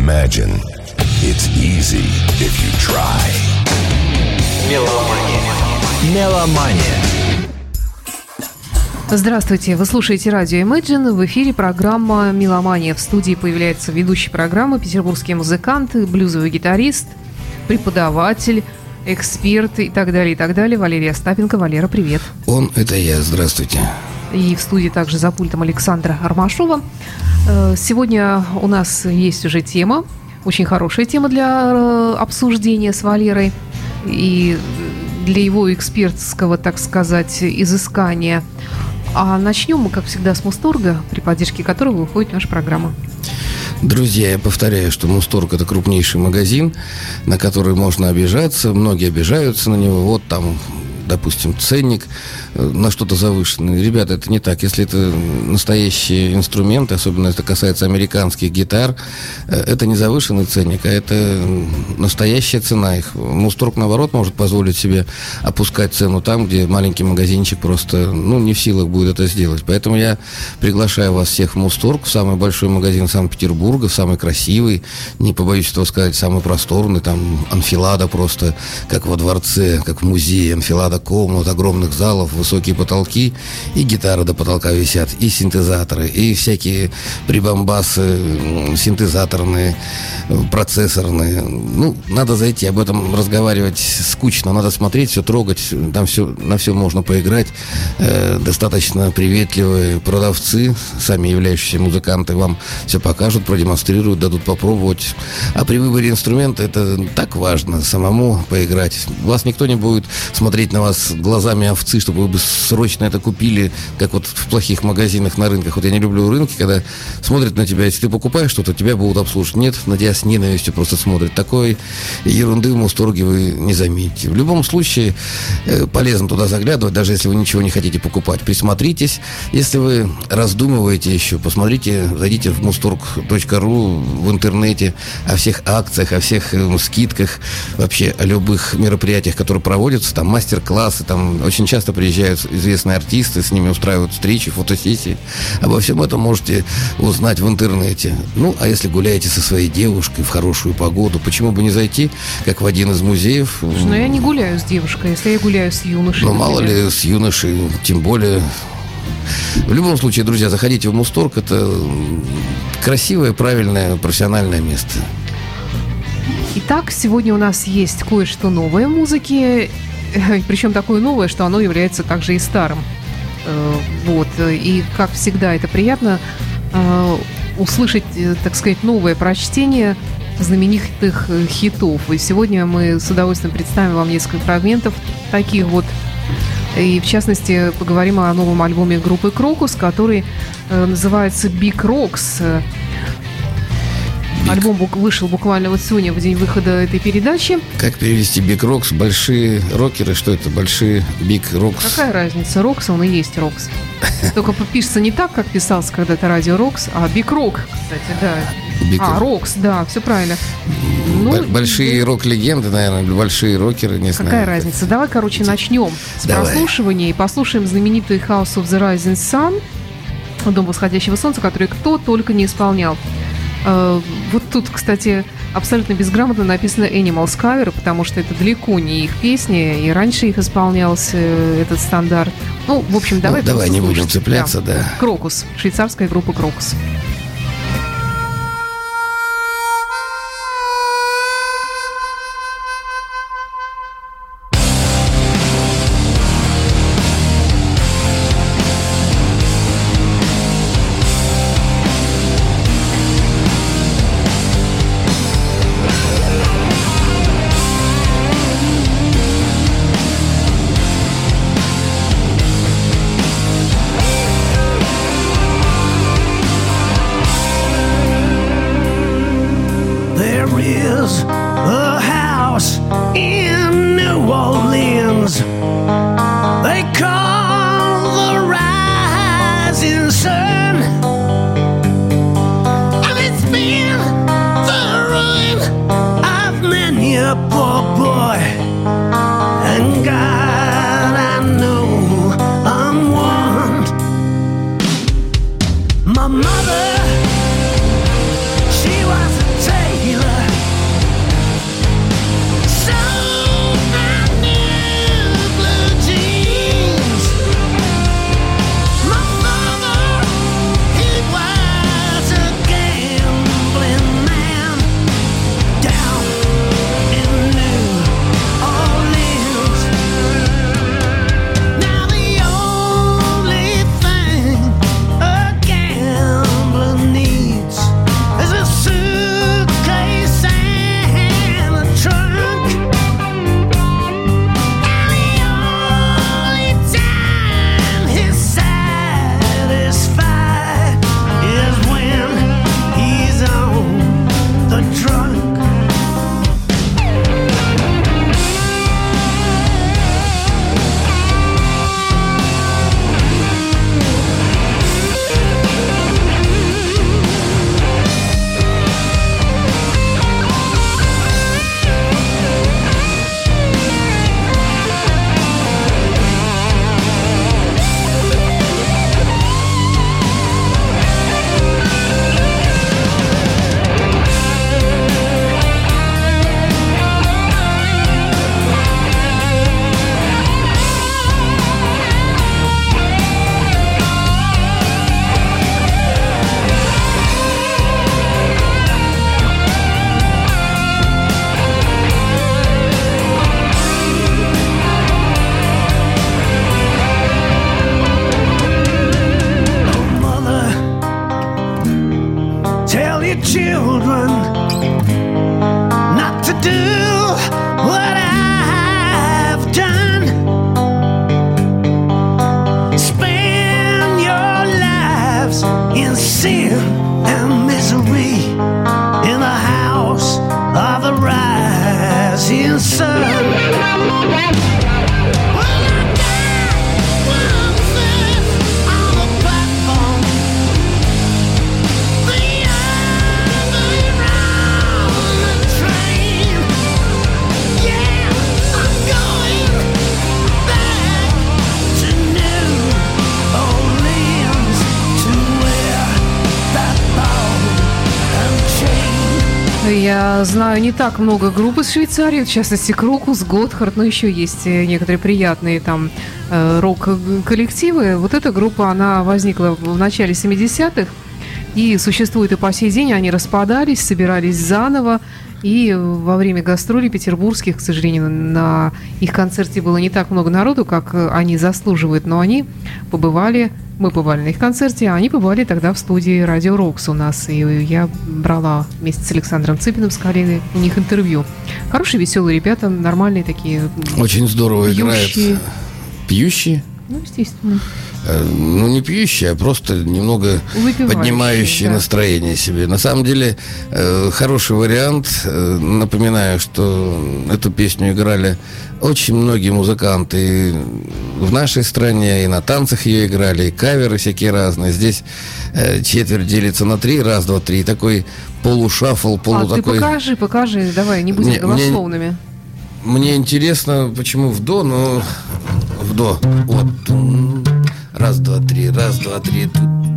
Imagine it's easy if you try. Меломания. Здравствуйте, вы слушаете радио Imagine, в эфире программа «Меломания». В студии появляется ведущий программы, петербургский музыкант, блюзовый гитарист, преподаватель, эксперт и так далее, Валерий Остапенко. Валера, привет. Это я, здравствуйте. И в студии также за пультом Александра Ромашова. Сегодня у нас есть уже тема, очень хорошая тема для обсуждения с Валерой и для его экспертского, так сказать, изыскания. А начнем мы, как всегда, с Мусторга, при поддержке которого выходит наша программа. Друзья, я повторяю, что Мусторг – это крупнейший магазин, на который можно обижаться. Многие обижаются на него. Вот там, допустим, ценник на что-то завышенный. Ребята, это не так. Если это настоящие инструменты, особенно это касается американских гитар, это не завышенный ценник, а это настоящая цена их. Мусторг, наоборот, может позволить себе опускать цену там, где маленький магазинчик просто, не в силах будет это сделать. Поэтому я приглашаю вас всех в Мусторг, в самый большой магазин Санкт-Петербурга, в самый красивый, не побоюсь этого сказать, самый просторный, там анфилада просто, как во дворце, как в музее, анфилада комнат, огромных залов, высокие потолки, и гитары до потолка висят, и синтезаторы, и всякие прибамбасы синтезаторные, процессорные. Надо зайти, об этом разговаривать скучно, надо смотреть, все трогать, там на все можно поиграть. Достаточно приветливые продавцы, сами являющиеся музыканты, вам все покажут, продемонстрируют, дадут попробовать. А при выборе инструмента это так важно, самому поиграть. Вас никто не будет смотреть на вас глазами овцы, чтобы вы бы срочно это купили, как вот в плохих магазинах на рынках. Вот я не люблю рынки, когда смотрят на тебя, если ты покупаешь что-то, тебя будут обслуживать. Нет, на тебя с ненавистью просто смотрят. Такой ерунды в Мусторге вы не заметите. В любом случае, полезно туда заглядывать, даже если вы ничего не хотите покупать. Присмотритесь. Если вы раздумываете еще, посмотрите, зайдите в mustorg.ru в интернете о всех акциях, о всех скидках, вообще о любых мероприятиях, которые проводятся, там мастер-классы, там очень часто приезжают известные артисты, с ними устраивают встречи, фотосессии. Обо всем этом можете узнать в интернете. А если гуляете со своей девушкой в хорошую погоду, почему бы не зайти, как в один из музеев? Я не гуляю с девушкой, если я гуляю с юношей. Мало ли, с юношей, тем более. В любом случае, друзья, заходите в Мусторг. Это красивое, правильное, профессиональное место. Итак, сегодня у нас есть кое-что новое в музыке, причем такое новое, что оно является также и старым. И, как всегда, это приятно услышать, так сказать, новое прочтение знаменитых хитов. И сегодня мы с удовольствием представим вам несколько фрагментов таких вот. И, в частности, поговорим о новом альбоме группы Крокус, который называется Big Rocks. Альбом вышел буквально вот сегодня, в день выхода этой передачи. Как перевести Big Rocks? Большие рокеры? Что это? Большие Big Rocks? Какая разница? Рокс, он и есть Рокс. Только пишется не так, как писался когда-то радио Рокс, а Big Rock, кстати, да. Рокс, да, все правильно. Большие рок-легенды, наверное, большие рокеры, не знаю. Какая разница? Давай, начнем с прослушивания и послушаем знаменитый House of the Rising Sun, Дом восходящего солнца, который кто только не исполнял. Вот тут, кстати, абсолютно безграмотно написано Animals Cover, потому что это далеко не их песни, и раньше их исполнялся этот стандарт. В общем, давай не будем цепляться, да. Крокус, швейцарская группа Крокус. My mother, she was a taker. your children not to do what I've done. Spend your lives in sin and misery in the house of the rising sun. Я знаю не так много групп из Швейцарии, в частности Крокус, Готхард, но еще есть некоторые приятные там рок-коллективы. Вот эта группа, она возникла в начале 70-х и существует и по сей день. Они распадались, собирались заново. И во время гастролей петербургских, к сожалению, на их концерте было не так много народу, как они заслуживают, но они побывали, мы побывали на их концерте, а они побывали тогда в студии Радио Рокс у нас, и я брала вместе с Александром Цыпиным, с коллегой, у них интервью. Хорошие, веселые ребята, нормальные такие. Очень здорово играют. Пьющие? Ну, естественно. Ну, не пьющие, а просто немного поднимающие настроение себе. На самом деле, хороший вариант. Напоминаю, что эту песню играли очень многие музыканты в нашей стране, и на танцах ее играли, и каверы всякие разные. Здесь четверть делится на 3, раз, два, три. Такой полушафл, такой... ты покажи, давай, не будем голословными. Мне интересно, почему в до, но в до. Вот. Раз, два, три, раз, два, три.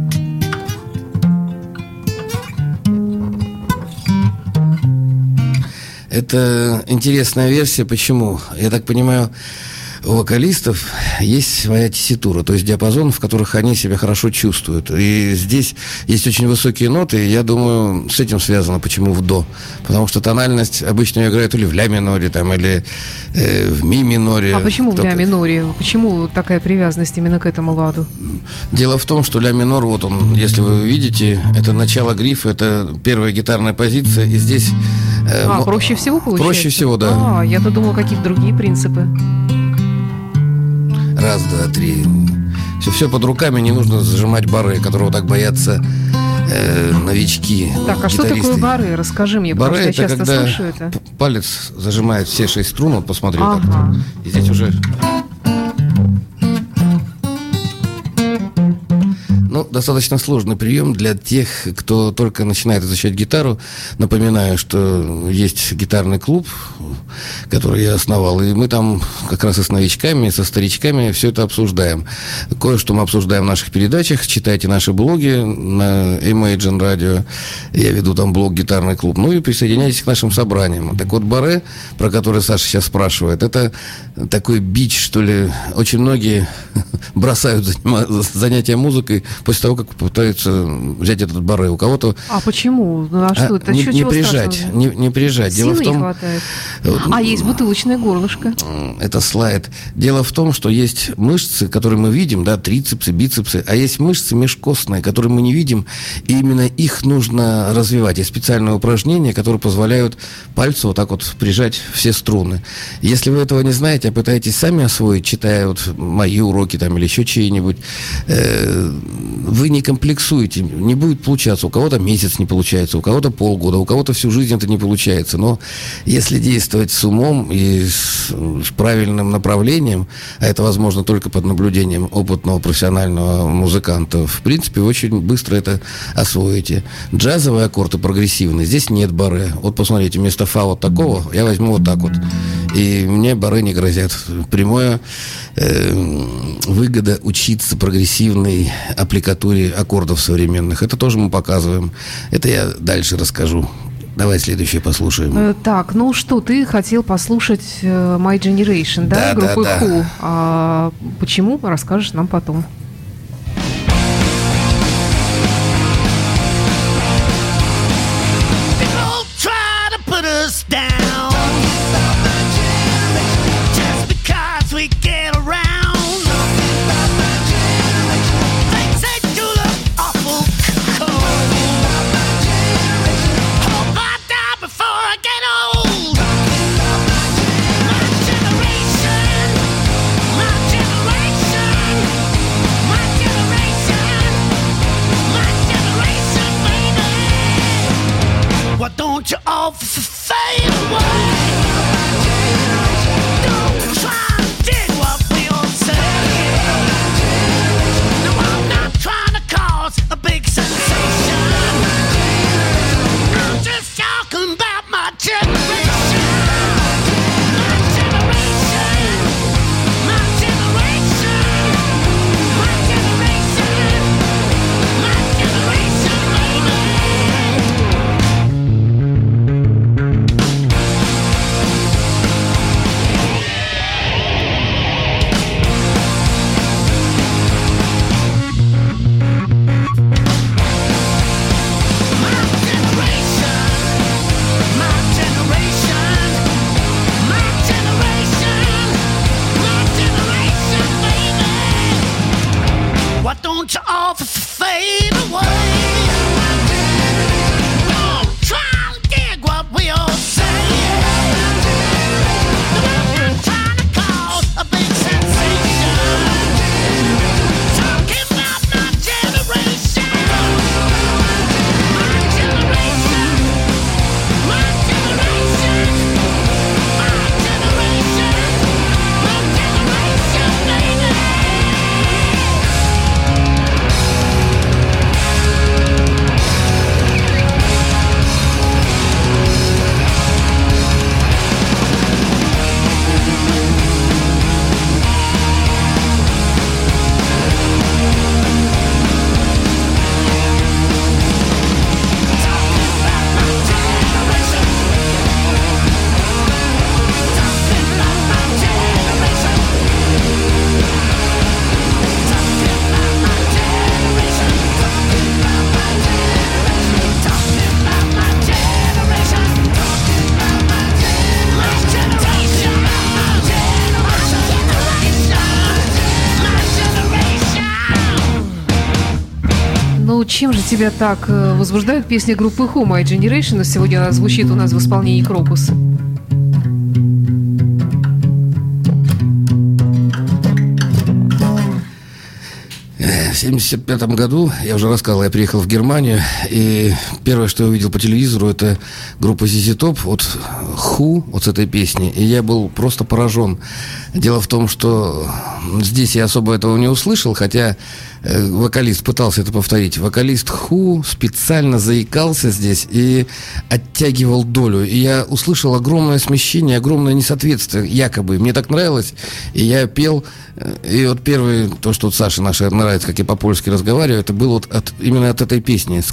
Это интересная версия. Почему? Я так понимаю, у вокалистов есть своя тесситура, то есть диапазон, в которых они себя хорошо чувствуют. И здесь есть очень высокие ноты, и я думаю, с этим связано, почему в до. Потому что тональность обычно играют или в ля миноре, там, или в ми миноре. А почему в ля миноре? Почему такая привязанность именно к этому ладу? Дело в том, что ля минор, вот он, если вы видите, это начало грифа, это первая гитарная позиция, и здесь... проще всего получается? Проще всего, да. Я-то думала, какие-то другие принципы. Раз, два, три. Все под руками, не нужно зажимать бары, которого так боятся новички. Так, а что такое бары? Расскажи мне, бары, потому что я часто когда слышу это. Палец зажимает все 6 струн, вот посмотри. Ага. Так. И здесь уже... Ну, достаточно сложный прием для тех, кто только начинает изучать гитару. Напоминаю, что есть гитарный клуб, который я основал, и мы там как раз и с новичками, и со старичками все это обсуждаем. Кое-что мы обсуждаем в наших передачах. Читайте наши блоги на Imagine Radio. Я веду там блог «Гитарный клуб». Ну и присоединяйтесь к нашим собраниям. Так вот, баре, про который Саша сейчас спрашивает, это такой бич, что ли. Очень многие бросают занятия музыкой после того, как пытаются взять этот баре. У кого-то... А почему? Что это? Не приезжать. Не приезжать. Дело в том... не хватает. Есть бутылочное горлышко. Это слайд. Дело в том, что есть мышцы, которые мы видим, да, трицепсы, бицепсы, а есть мышцы межкостные, которые мы не видим, и именно их нужно развивать. Есть специальные упражнения, которые позволяют пальцу вот так вот прижать все струны. Если вы этого не знаете, а пытаетесь сами освоить, читая вот мои уроки там или еще чьи-нибудь, вы не комплексуете, не будет получаться. У кого-то месяц не получается, у кого-то полгода, у кого-то всю жизнь это не получается. Но если действовать с умом и с правильным направлением, а это возможно только под наблюдением опытного профессионального музыканта, в принципе, вы очень быстро это освоите. Джазовый аккорд и прогрессивный, здесь нет баре. Вот посмотрите, вместо фа вот такого я возьму вот так вот. И мне баре не грозят. Прямая выгода учиться прогрессивной аппликатуре аккордов современных. Это тоже мы показываем. Это я дальше расскажу. Давай следующее послушаем. Так, ну что, ты хотел послушать My Generation, да, группы Who. А почему, расскажешь нам потом. чем же тебя так возбуждает песня группы Who, My Generation? Сегодня она звучит у нас в исполнении Крокус. В 1975 году, я уже рассказывал, я приехал в Германию, и первое, что я увидел по телевизору, это группа ZZ Top от Who, вот с этой песни, и я был просто поражен. Дело в том, что здесь я особо этого не услышал, хотя вокалист пытался это повторить. Вокалист Who специально заикался здесь и оттягивал долю, и я услышал огромное смещение, огромное несоответствие, якобы. Мне так нравилось, и я пел. И вот первое, то, что вот Саше нашей нравится, как я по-польски разговариваю, это было вот именно от этой песни.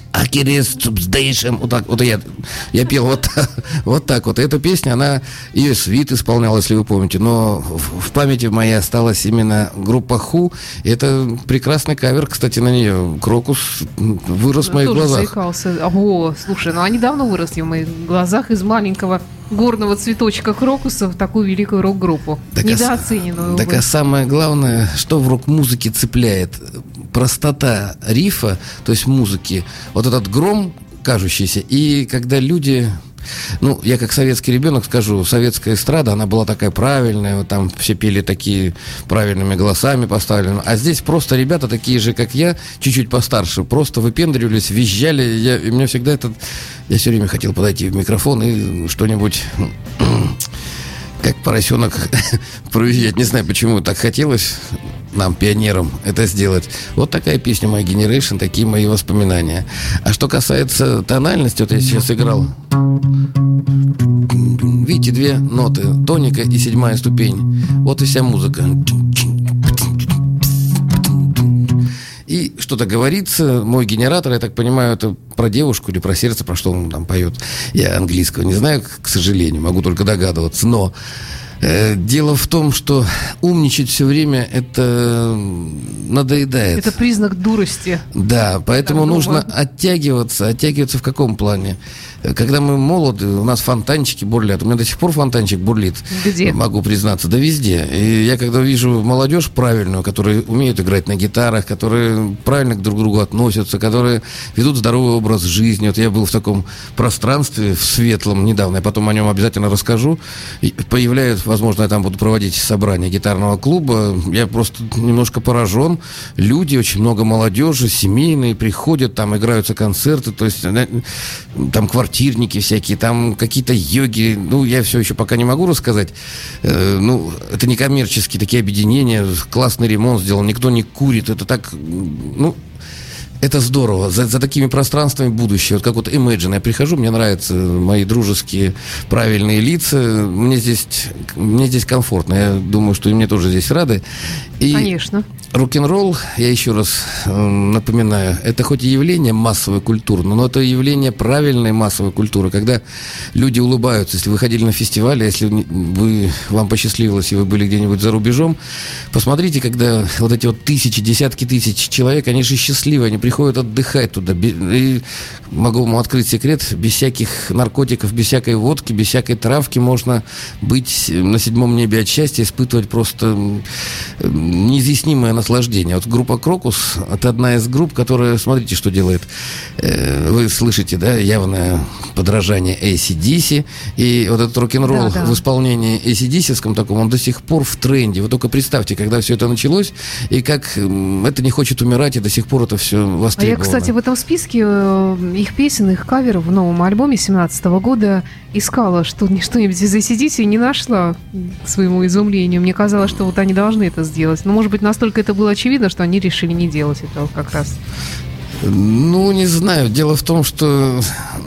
Вот так вот я пел вот так вот. Эта песня, она ее свит исполняла, если вы помните, но в памяти моей осталась именно группа Who. Это прекрасный кавер, кстати, на нее. Крокус вырос в моих глазах. Заикался. О, слушай, ну они давно выросли в моих глазах из маленького горного цветочка Крокуса в такую великую рок-группу. Недооцененную. Так, а самое главное, что в рок-музыке цепляет? Простота рифа, то есть музыки, вот этот гром кажущийся, и когда люди... Ну, я как советский ребенок скажу, советская эстрада, она была такая правильная, вот там все пели такие правильными голосами поставленными, а здесь просто ребята такие же, как я, чуть-чуть постарше, просто выпендривались, визжали, и мне всегда я все время хотел подойти в микрофон и что-нибудь... как поросенок провизжать. Не знаю, почему так хотелось нам, пионерам, это сделать. Вот такая песня My Generation, такие мои воспоминания. А что касается тональности, вот я сейчас играл. Видите, две ноты, тоника и седьмая ступень. Вот и вся музыка. И что-то говорится, мой генератор, я так понимаю, это про девушку или про сердце, про что он там поет. Я английского не знаю, к сожалению, могу только догадываться. Но дело в том, что умничать все время это надоедает. Это признак дурости. Да, поэтому нужно оттягиваться. Оттягиваться в каком плане? Когда мы молоды, у нас фонтанчики бурлят. У меня до сих пор фонтанчик бурлит. Где? Могу признаться, да везде. И я когда вижу молодежь правильную, которые умеют играть на гитарах, которые правильно друг к другу относятся, которые ведут здоровый образ жизни. Вот я был в таком пространстве, в светлом недавно, я потом о нем обязательно расскажу. И появляется, возможно, я там буду проводить собрание гитарного клуба. Я просто немножко поражен. Люди, очень много молодежи, семейные, приходят, там играются концерты, то есть там квартирники всякие, там какие-то йоги. Ну, я все еще пока не могу рассказать. Ну, это не коммерческие такие объединения. Классный ремонт сделан, никто не курит. Это так, ну... Это здорово. За такими пространствами будущее. Вот как вот Imagine. Я прихожу, мне нравятся мои дружеские, правильные лица. Мне здесь комфортно. Я думаю, что и мне тоже здесь рады. И конечно. Рок-н-ролл, я еще раз напоминаю, это хоть и явление массовой культуры, но это явление правильной массовой культуры, когда люди улыбаются. Если вы ходили на фестиваль, если вам посчастливилось, и вы были где-нибудь за рубежом, посмотрите, когда вот эти вот тысячи, десятки тысяч человек, они же счастливы, они приходят отдыхать туда. И могу вам открыть секрет, без всяких наркотиков, без всякой водки, без всякой травки можно быть на седьмом небе от счастья, испытывать просто неизъяснимое наслаждение. Вот группа Крокус — это одна из групп, которая, смотрите, что делает. Вы слышите, да, явное подражание AC/DC, и вот этот рок-н-ролл в исполнении AC/DC-ском таком, он до сих пор в тренде. Вы только представьте, когда все это началось, и как это не хочет умирать, и до сих пор это все востребовано. А я, кстати, в этом списке их песен, их каверов в новом альбоме 2017 года искала что-нибудь из AC/DC и не нашла, к своему изумлению. Мне казалось, что вот они должны это сделать. Но, может быть, настолько это было очевидно, что они решили не делать этого как раз. Ну, не знаю. Дело в том, что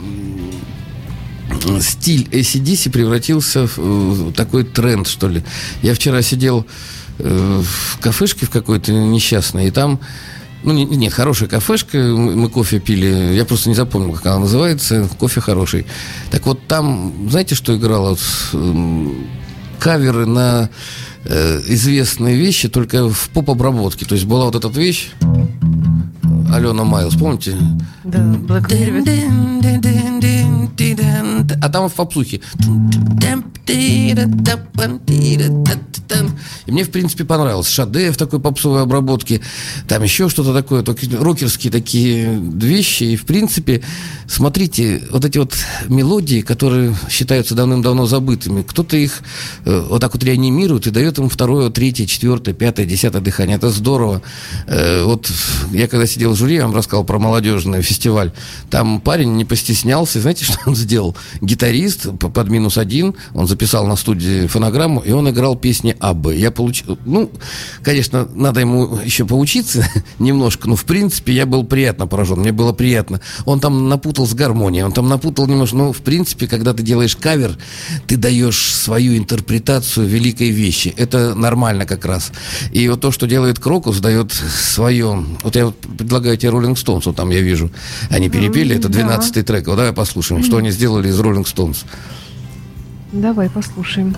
стиль AC/DC превратился в такой тренд, что ли. Я вчера сидел в кафешке в какой-то несчастной, и там... Ну, нет, хорошая кафешка, мы кофе пили, я просто не запомнил, как она называется, кофе хороший. Так вот там, знаете, что играло? Каверы на известные вещи, только в поп-обработке. То есть была вот эта вещь, Алена Майлз, помните? Да, Black Velvet. А там в попсухе. И мне, в принципе, понравилось. Шаде в такой попсовой обработке, там еще что-то такое, только рокерские такие вещи. И, в принципе, смотрите, вот эти вот мелодии, которые считаются давным-давно забытыми, кто-то их вот так вот реанимирует и дает им второе, третье, четвертое, пятое, десятое дыхание. Это здорово. Вот я когда сидел в жюри, я вам рассказал про молодежный фестиваль, там парень не постеснялся, знаете, что он сделал? Гитарист под -1, он записал на студии фонограмму, и он играл песни АБ. Я получил, конечно, надо ему еще поучиться немножко, но в принципе я был приятно поражен, мне было приятно. Он там напутал с гармонией, он там напутал немножко, но в принципе, когда ты делаешь кавер, ты даешь свою интерпретацию великой вещи. Это нормально как раз. И вот то, что делает Крокус, дает свое. Вот я предлагаю тебе Rolling Stones, вот там я вижу, они перепели, это 12-й трек. Вот давай послушаем, что они сделали из Rolling Stones. Давай послушаем.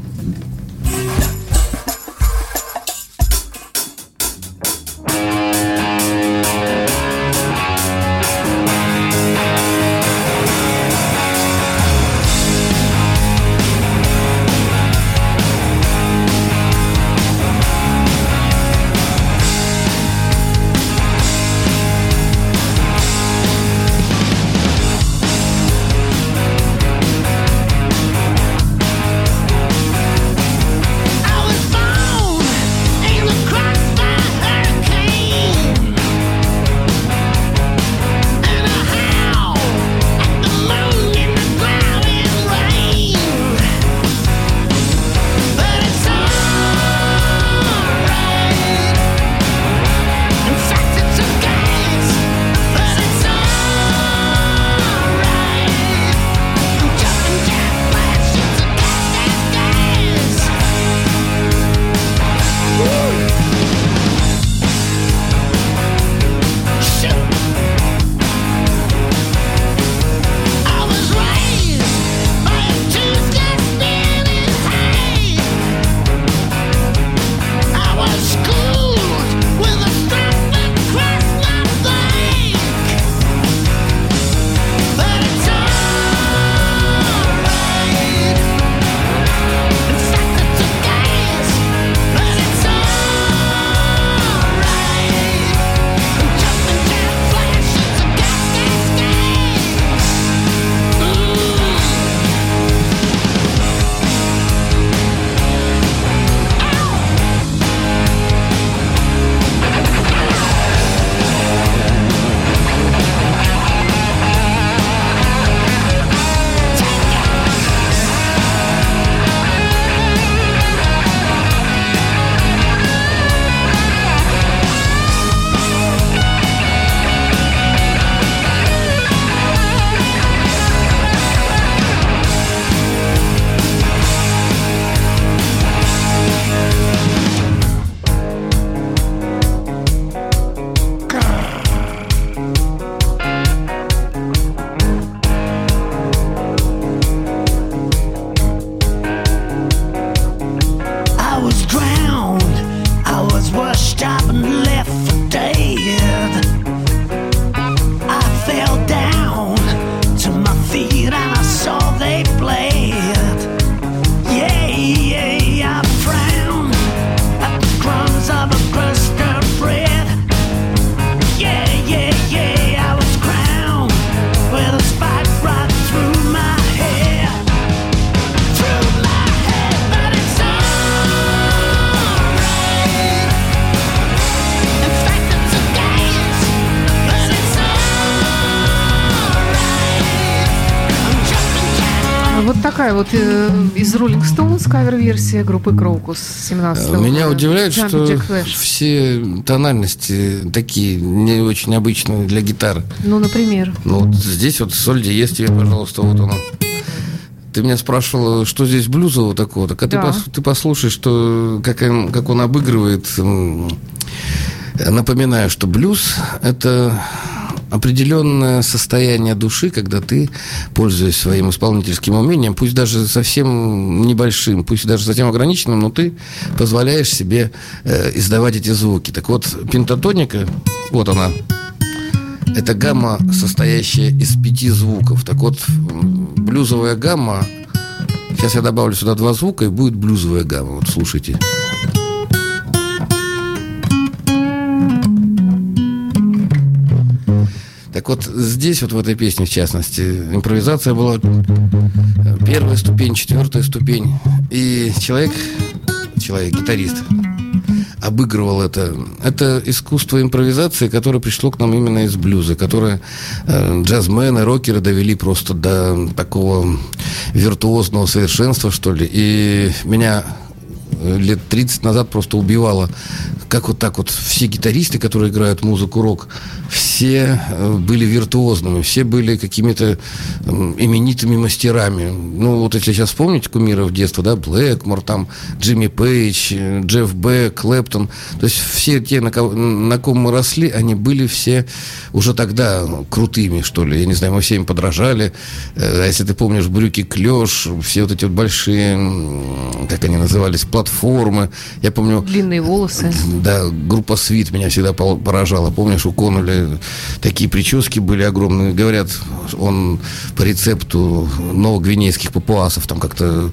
Вот такая вот из Rolling Stones кавер-версия группы Крокус 17-го. Меня удивляет, что Jack Flash. все тональности такие не очень обычные для гитары. Ну, например. Ну, вот здесь вот соль диез тебе, пожалуйста, вот оно. Ты меня спрашивала, что здесь блюзового такого. Так Да. ты послушай, что, как он обыгрывает. Напоминаю, что блюз – это определенное состояние души, когда ты, пользуясь своим исполнительским умением, пусть даже совсем небольшим, пусть даже совсем ограниченным, но ты позволяешь себе издавать эти звуки. Так вот, пентатоника, вот она, это гамма, состоящая из 5 звуков. Так вот, блюзовая гамма, Сейчас я добавлю сюда 2 звука, и будет блюзовая гамма. Вот слушайте. Так вот, здесь вот в этой песне, в частности, импровизация была 1-я ступень, 4-я ступень. И человек, гитарист, обыгрывал это. Это искусство импровизации, которое пришло к нам именно из блюза, которое джазмены, рокеры довели просто до такого виртуозного совершенства, что ли. И меня лет 30 назад просто убивало, как вот так вот все гитаристы, которые играют музыку рок, все были виртуозными, все были какими-то именитыми мастерами. Ну, вот если сейчас вспомнить кумиров детства, да, Блэкмор, там, Джимми Пейдж, Джефф Бек, Клэптон, то есть все те, на ком мы росли, они были все уже тогда крутыми, что ли. Я не знаю, мы все им подражали. А если ты помнишь брюки Клёш, все вот эти вот большие, как они назывались, платформы. Я помню... Длинные волосы. Да, группа Свит меня всегда поражала. Помнишь, у Конноли такие прически были огромные. Говорят, он по рецепту новогвинейских папуасов там как-то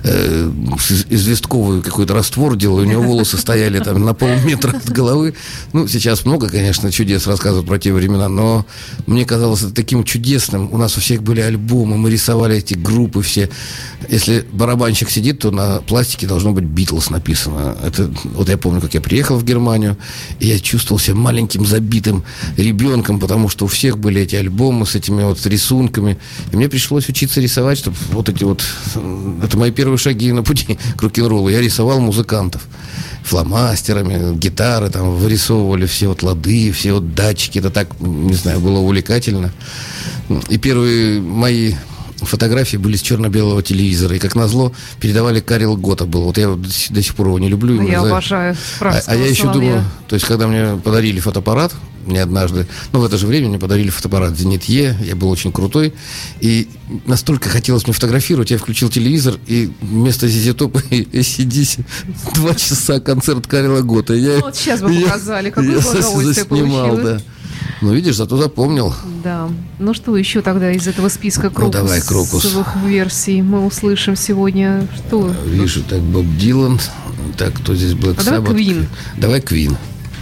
известковый какой-то раствор делал. У него волосы стояли там на полметра от головы. Ну, сейчас много, конечно, чудес рассказывают про те времена, но мне казалось это таким чудесным. У нас у всех были альбомы, мы рисовали эти группы все. Если барабанщик сидит, то на пластике должно быть «Битлз» написано. Это, вот я помню, как я приехал в Германию, и я чувствовал себя маленьким забитым ребенком, потому что у всех были эти альбомы с этими вот рисунками. И мне пришлось учиться рисовать, чтобы вот эти вот... Это мои первые шаги на пути к рок-н-роллу. Я рисовал музыкантов фломастерами, гитары там вырисовывали, все вот лады, все вот датчики. Это так, не знаю, было увлекательно. И первые мои фотографии были с черно-белого телевизора. И, как назло, передавали Карел Готта был. Вот я до сих пор его не люблю. Я обожаю А я еще думаю, то есть, когда мне подарили фотоаппарат, мне однажды, ну, в это же время мне подарили фотоаппарат Зенит Е, я был очень крутой, и настолько хотелось мне фотографировать, я включил телевизор, и вместо ZZ Top и AC/DC 2 часа концерт Карела Готта. Вот сейчас бы показали, какое удовольствие получилось. Да. Ну, видишь, зато запомнил. Да. Ну, что еще тогда из этого списка крокусовых версий мы услышим сегодня? Что? Вижу, так, Боб Дилан. Так, кто здесь Black Sabbath? Давай Квин. Давай Квин.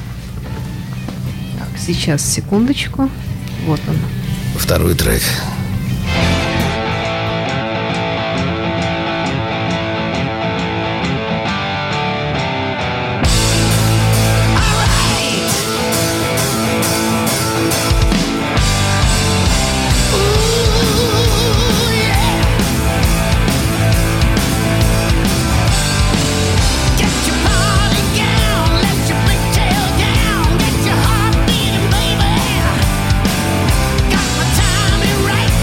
Так, сейчас, секундочку. Вот он. Второй трек. Right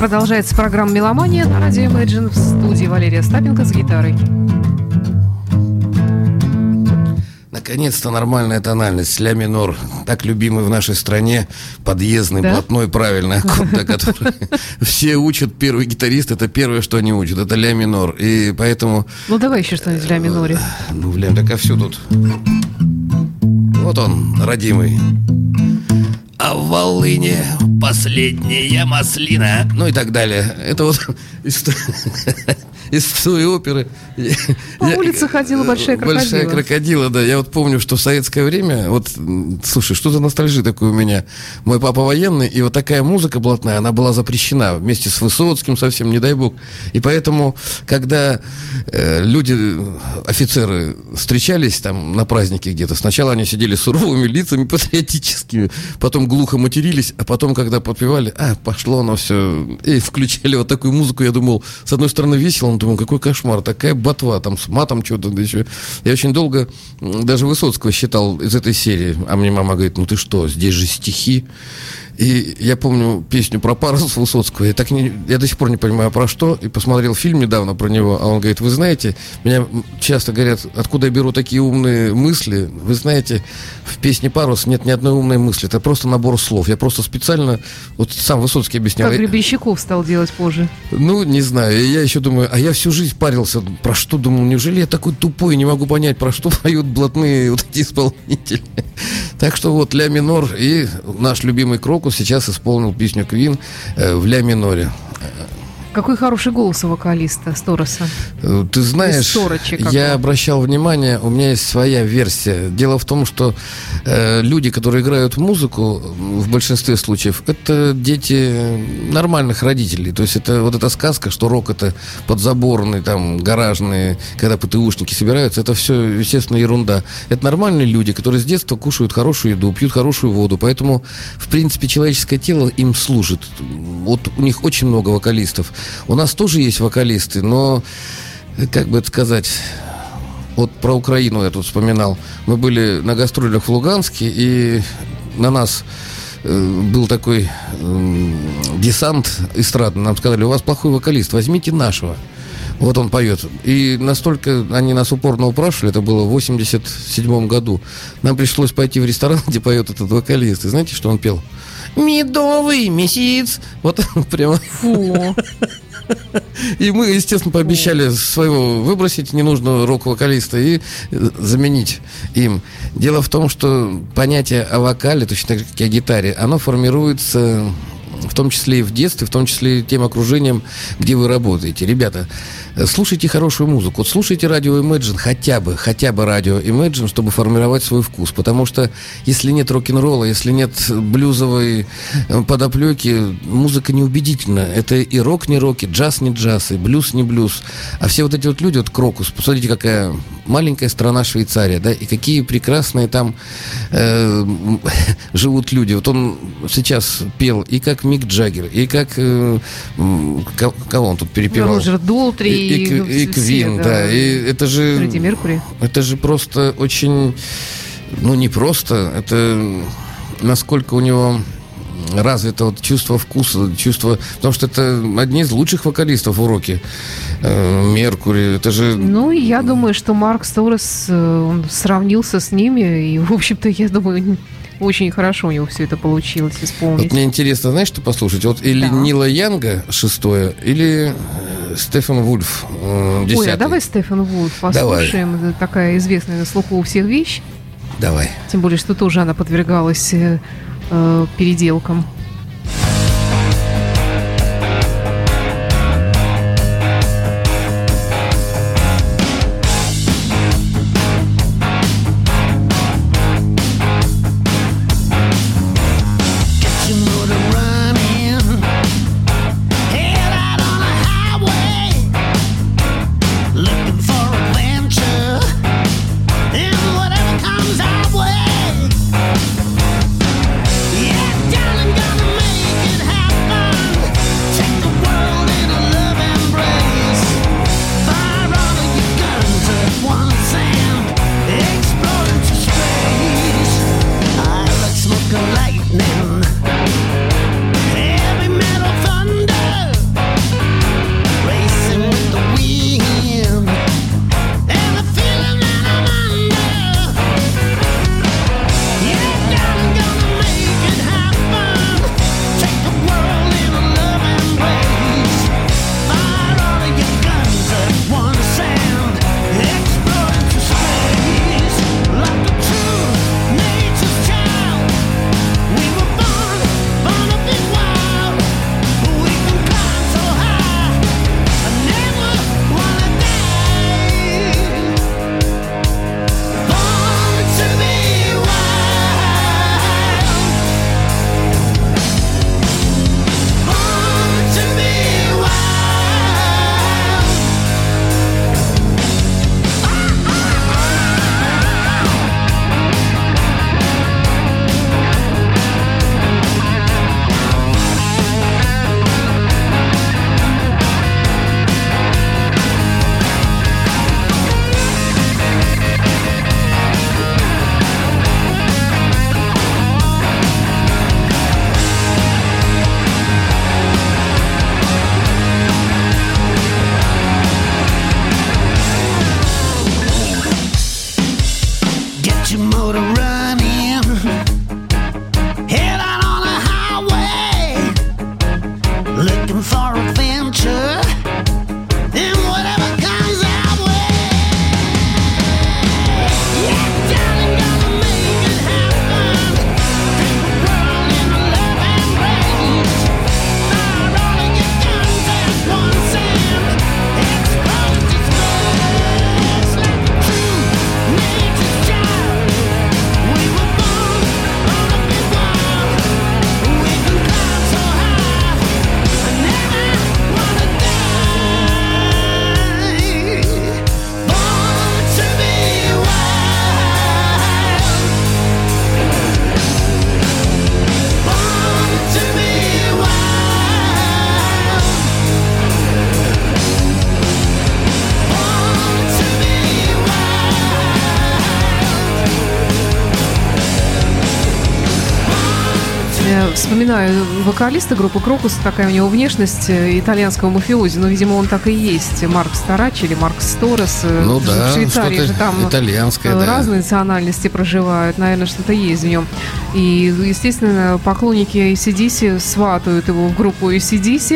Продолжается программа «Меломания» на радио Imagine, в студии Валерия Остапенко с гитарой. Наконец-то нормальная тональность, ля минор, так любимый в нашей стране, подъездный, да? Блатной, правильный аккорд, который все учат, первый гитарист, это первое, что они учат, это ля минор, и поэтому... Ну, давай еще что-нибудь в ля миноре. Ну, ля, так а все тут. Вот он, родимый. А в Волыне последняя маслина. Ну и так далее. Это вот из той оперы. По улице ходила большая крокодила. Большая крокодила, да. Я вот помню, что в советское время, вот, слушай, что за ностальжи такое у меня. Мой папа военный, и вот такая музыка блатная, она была запрещена вместе с Высоцким совсем, не дай бог. И поэтому, когда люди, офицеры встречались там на празднике где-то, сначала они сидели с суровыми лицами патриотическими, потом глухо матерились, а потом, когда подпевали, пошло оно все, и включали вот такую музыку, я думал, с одной стороны весело, но думаю, какой кошмар, такая ботва, там с матом что-то, да еще. Я очень долго даже Высоцкого считал из этой серии, а мне мама говорит, ну ты что, здесь же стихи. И я помню песню про парус Высоцкого, я до сих пор не понимаю, про что, и посмотрел фильм недавно про него, а он говорит, вы знаете, меня часто говорят, откуда я беру такие умные мысли, вы знаете, в песне «Парус» нет ни одной умной мысли, это просто набор слов, я просто специально, вот сам Высоцкий объяснял. Как Гребенщиков стал делать позже. Ну, не знаю, и я еще думаю, а я всю жизнь парился, про что, думал, неужели я такой тупой, не могу понять, про что поют блатные вот эти исполнители. Так что вот ля минор, и наш любимый Крокус сейчас исполнил песню Queen в ля миноре. Какой хороший голос у вокалиста Стороса. Ты знаешь, я обращал внимание, у меня есть своя версия. Дело в том, что люди, которые играют музыку, в большинстве случаев, это дети нормальных родителей. То есть это вот эта сказка, что рок это подзаборный, там, гаражные, когда ПТУшники собираются, это все, естественно, ерунда. Это нормальные люди, которые с детства кушают хорошую еду, пьют хорошую воду. Поэтому, в принципе, человеческое тело им служит. Вот у них очень много вокалистов. У нас тоже есть вокалисты, но, как бы это сказать, вот про Украину я тут вспоминал. Мы были на гастролях в Луганске, и на нас был такой десант эстрадный. Нам сказали, у вас плохой вокалист, возьмите нашего. Вот он поет. И настолько они нас упорно упрашивали, это было в 87 году. Нам пришлось пойти в ресторан, где поет этот вокалист. И знаете, что он пел? Медовый месяц. Вот прямо. Фу. И мы, естественно, пообещали своего выбросить ненужного рок-вокалиста и заменить им. Дело в том, что понятие о вокале, точно так как и о гитаре, оно формируется в том числе и в детстве, в том числе и тем окружением, где вы работаете. Ребята, слушайте хорошую музыку. Вот слушайте радио Imagine, хотя бы радио Imagine, чтобы формировать свой вкус. Потому что если нет рок-н-ролла, если нет блюзовой подоплеки, музыка неубедительна. Это и рок не рок, и джаз не джаз, и блюз не блюз. А все вот эти вот люди, вот Крокус, посмотрите, какая маленькая страна Швейцария, да, и какие прекрасные там живут люди. Вот он сейчас пел и как Мик Джаггер, и как кого он тут перепевал? Роджер Долтри и Квин, да. И это же Фредди Меркьюри. Это же просто очень, ну не просто, это насколько у него развито вот чувство вкуса, чувство, потому что это одни из лучших вокалистов в роке. Меркьюри, это же... Ну, я думаю, что Марк Сторос, он сравнился с ними, и, в общем-то, я думаю, очень хорошо у него все это получилось исполнить. Вот мне интересно, знаешь, что послушать? Вот или Нила Янга, 6-е, или Стефан Вульф, 10-й. Ой, а давай Стефан Вульф послушаем. Это такая известная на слуху у всех вещь. Давай. Тем более, что тоже она подвергалась переделкам. Darling, gonna вспоминаю вокалиста группы Крокус, такая у него внешность итальянского мафиози, но, видимо, он так и есть. Марк Старачи или Марк Сторос. Ну в да, Швейцарии что-то же там итальянское, да. разные национальности проживают, наверное, что-то есть в нем. И, естественно, поклонники AC/DC сватают его в группу AC/DC.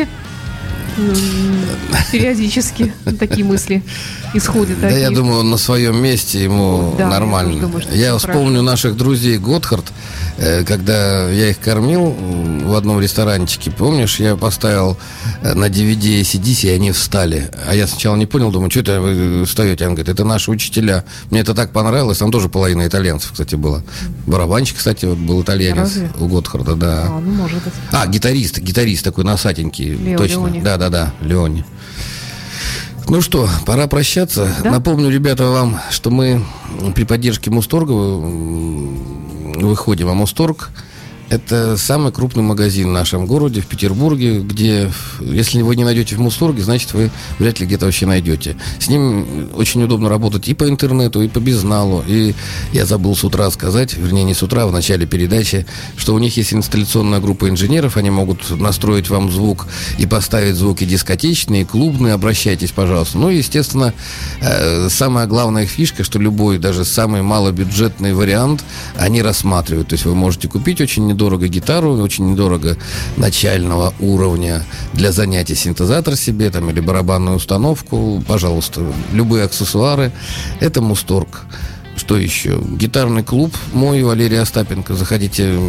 Периодически такие мысли исходят. Да, я думаю, он на своем месте, ему да, нормально. Думаю, я вспомню наших друзей Готхард, когда я их кормил в одном ресторанчике. Помнишь, я поставил на DVD AC/DC, и они встали. А я сначала не понял, думаю, что это вы встаете? Он говорит, это наши учителя. Мне это так понравилось. Там тоже половина итальянцев, кстати, была. Барабанщик, кстати, вот был итальянец. Разве? У Готхарда, да. Ну, может быть. Гитарист такой носатенький. Лео точно. Леони. Да, Леони. Ну что, пора прощаться. Да? Напомню, ребята, вам, что мы при поддержке Мусторга выходим. А Мусторг — это самый крупный магазин в нашем городе, в Петербурге, где, если вы не найдете в Мусторге, значит, вы вряд ли где-то вообще найдете. С ним очень удобно работать и по интернету, и по безналу. И я забыл с утра сказать, вернее, не с утра, в начале передачи, что у них есть инсталляционная группа инженеров, они могут настроить вам звук и поставить звуки дискотечные, клубные, обращайтесь, пожалуйста. Ну и, естественно, самая главная их фишка, что любой, даже самый малобюджетный вариант они рассматривают. То есть вы можете купить очень недорого гитару, очень недорого начального уровня для занятий, синтезатор себе там, или барабанную установку, пожалуйста, любые аксессуары. Это Мусторг. Что еще? Гитарный клуб мой, Валерий Остапенко. Заходите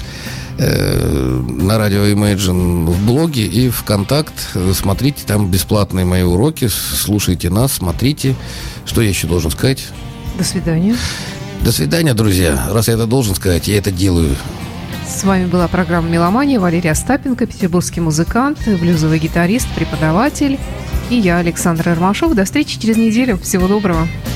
на радио Imagine в блоге и ВКонтакт, смотрите, там бесплатные мои уроки, слушайте нас, смотрите. Что я еще должен сказать? До свидания. До свидания, друзья. Раз я это должен сказать, я это делаю. С вами была программа «Меломания». Валерий Остапенко, петербургский музыкант, блюзовый гитарист, преподаватель. И я, Александр Ромашов. До встречи через неделю. Всего доброго.